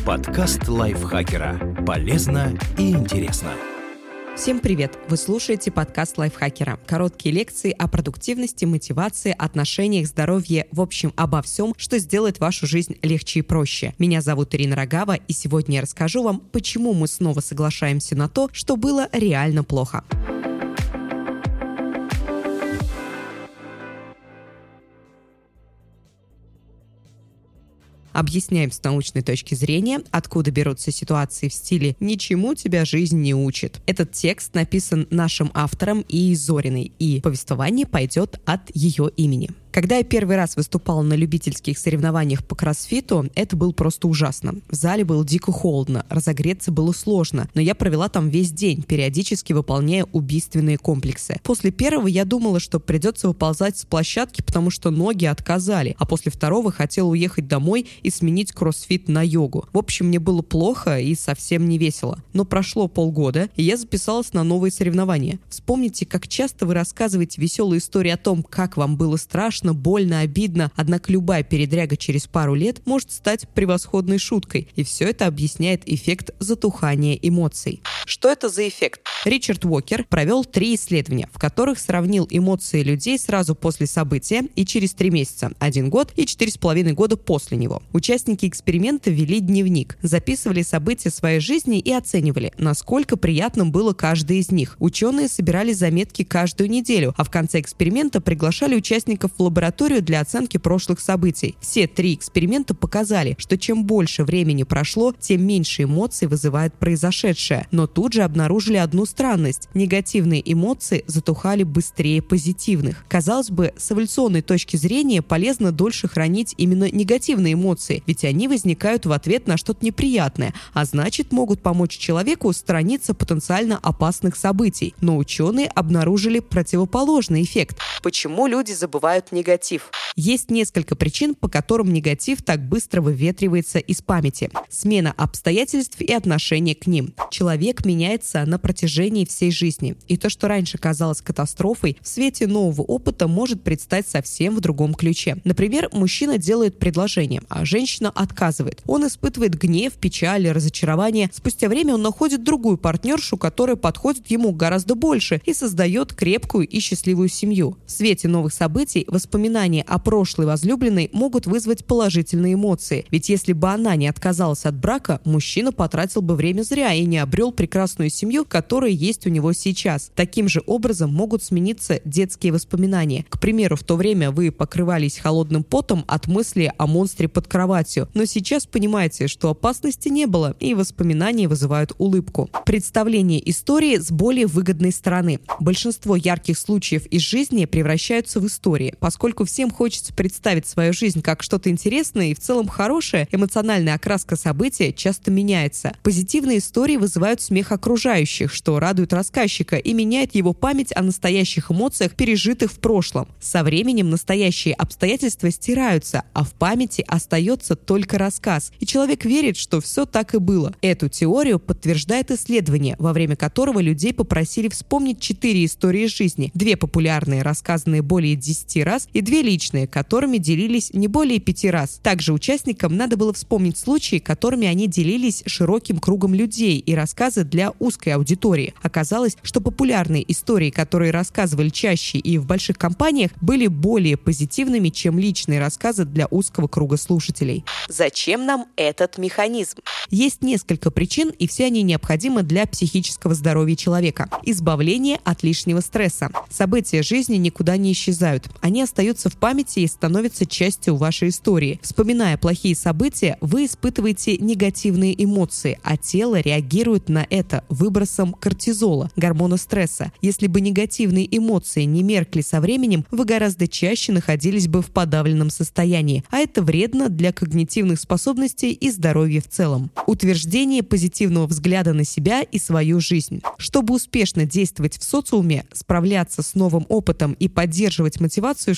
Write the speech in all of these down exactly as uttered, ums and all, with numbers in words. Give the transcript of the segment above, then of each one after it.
Подкаст лайфхакера. Полезно и интересно. Всем привет! Вы слушаете подкаст лайфхакера. Короткие лекции о продуктивности, мотивации, отношениях, здоровье, в общем, обо всем, что сделает вашу жизнь легче и проще. Меня зовут Ирина Рогава, и сегодня я расскажу вам, почему мы снова соглашаемся на то, что было реально плохо. Объясняем с научной точки зрения, откуда берутся ситуации в стиле «ничему тебя жизнь не учит». Этот текст написан нашим автором Ией Зориной, и повествование пойдет от ее имени. Когда я первый раз выступала на любительских соревнованиях по кроссфиту, это было просто ужасно. В зале было дико холодно, разогреться было сложно, но я провела там весь день, периодически выполняя убийственные комплексы. После первого я думала, что придется выползать с площадки, потому что ноги отказали, а после второго хотела уехать домой и сменить кроссфит на йогу. В общем, мне было плохо и совсем не весело. Но прошло полгода, и я записалась на новые соревнования. Вспомните, как часто вы рассказываете веселые истории о том, как вам было страшно, больно, обидно, однако любая передряга через пару лет может стать превосходной шуткой, и все это объясняет эффект затухания эмоций. Что это за эффект? Ричард Уокер провел три исследования, в которых сравнил эмоции людей сразу после события и через три месяца, один год и четыре с половиной года после него. Участники эксперимента вели дневник, записывали события своей жизни и оценивали, насколько приятным было каждое из них. Ученые собирали заметки каждую неделю, а в конце эксперимента приглашали участников в лабораторию для оценки прошлых событий. Все три эксперимента показали, что чем больше времени прошло, тем меньше эмоций вызывает произошедшее. Но тут же обнаружили одну странность. Негативные эмоции затухали быстрее позитивных. Казалось бы, с эволюционной точки зрения полезно дольше хранить именно негативные эмоции, ведь они возникают в ответ на что-то неприятное, а значит, могут помочь человеку устраниться потенциально опасных событий. Но ученые обнаружили противоположный эффект. Почему люди забывают негатив? Есть несколько причин, по которым негатив так быстро выветривается из памяти. Смена обстоятельств и отношение к ним. Человек меняется на протяжении всей жизни, и то, что раньше казалось катастрофой, в свете нового опыта может предстать совсем в другом ключе. Например, мужчина делает предложение, а женщина отказывает. Он испытывает гнев, печаль, разочарование. Спустя время он находит другую партнершу, которая подходит ему гораздо больше и создает крепкую и счастливую семью. В свете новых событий воспоминания о прошлой возлюбленной могут вызвать положительные эмоции. Ведь если бы она не отказалась от брака, мужчина потратил бы время зря и не обрел прекрасную семью, которая есть у него сейчас. Таким же образом могут смениться детские воспоминания. К примеру, в то время вы покрывались холодным потом от мысли о монстре под кроватью, но сейчас понимаете, что опасности не было, и воспоминания вызывают улыбку. Представление истории с более выгодной стороны. Большинство ярких случаев из жизни превращаются в истории. Поскольку всем хочется представить свою жизнь как что-то интересное и в целом хорошее, эмоциональная окраска события часто меняется. Позитивные истории вызывают смех окружающих, что радует рассказчика и меняет его память о настоящих эмоциях, пережитых в прошлом. Со временем настоящие обстоятельства стираются, а в памяти остается только рассказ, и человек верит, что все так и было. Эту теорию подтверждает исследование, во время которого людей попросили вспомнить четыре истории жизни, две популярные, рассказанные более десяти раз, и две личные, которыми делились не более пяти раз. Также участникам надо было вспомнить случаи, которыми они делились широким кругом людей, и рассказы для узкой аудитории. Оказалось, что популярные истории, которые рассказывали чаще и в больших компаниях, были более позитивными, чем личные рассказы для узкого круга слушателей. Зачем нам этот механизм? Есть несколько причин, и все они необходимы для психического здоровья человека. Избавление от лишнего стресса. События жизни никуда не исчезают. Они остаются в памяти и становятся частью вашей истории. Вспоминая плохие события, вы испытываете негативные эмоции, а тело реагирует на это выбросом кортизола, гормона стресса. Если бы негативные эмоции не меркли со временем, вы гораздо чаще находились бы в подавленном состоянии, а это вредно для когнитивных способностей и здоровья в целом. Утверждение позитивного взгляда на себя и свою жизнь. Чтобы успешно действовать в социуме, справляться с новым опытом и поддерживать мотивацию,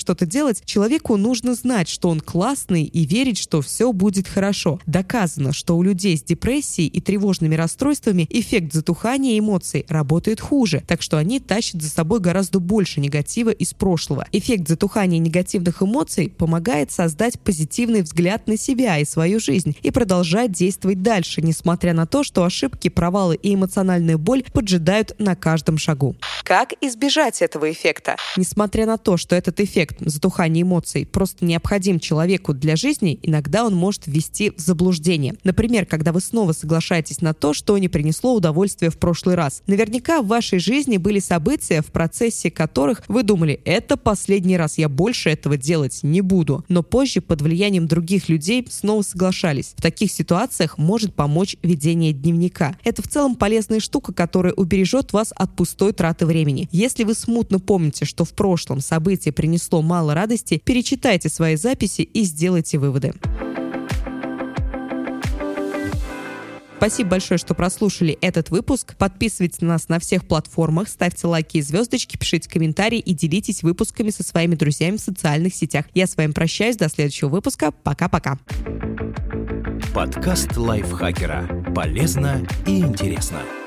что-то делать, человеку нужно знать, что он классный, и верить, что все будет хорошо. Доказано, что у людей с депрессией и тревожными расстройствами эффект затухания эмоций работает хуже, так что они тащат за собой гораздо больше негатива из прошлого. Эффект затухания негативных эмоций помогает создать позитивный взгляд на себя и свою жизнь и продолжать действовать дальше, несмотря на то, что ошибки, провалы и эмоциональная боль поджидают на каждом шагу. Как избежать этого эффекта? Несмотря на то, что этот эффект затухания эмоций просто необходим человеку для жизни, иногда он может ввести в заблуждение. Например, когда вы снова соглашаетесь на то, что не принесло удовольствия в прошлый раз. Наверняка в вашей жизни были события, в процессе которых вы думали: это последний раз, я больше этого делать не буду. Но позже под влиянием других людей снова соглашались. В таких ситуациях может помочь ведение дневника. Это в целом полезная штука, которая убережет вас от пустой траты времени. Если вы смутно помните, что в прошлом событие принесло мало радости, перечитайте свои записи и сделайте выводы. Спасибо большое, что прослушали этот выпуск. Подписывайтесь на нас на всех платформах, ставьте лайки и звездочки, пишите комментарии и делитесь выпусками со своими друзьями в социальных сетях. Я с вами прощаюсь. До следующего выпуска. Пока-пока. Подкаст лайфхакера. Полезно и интересно.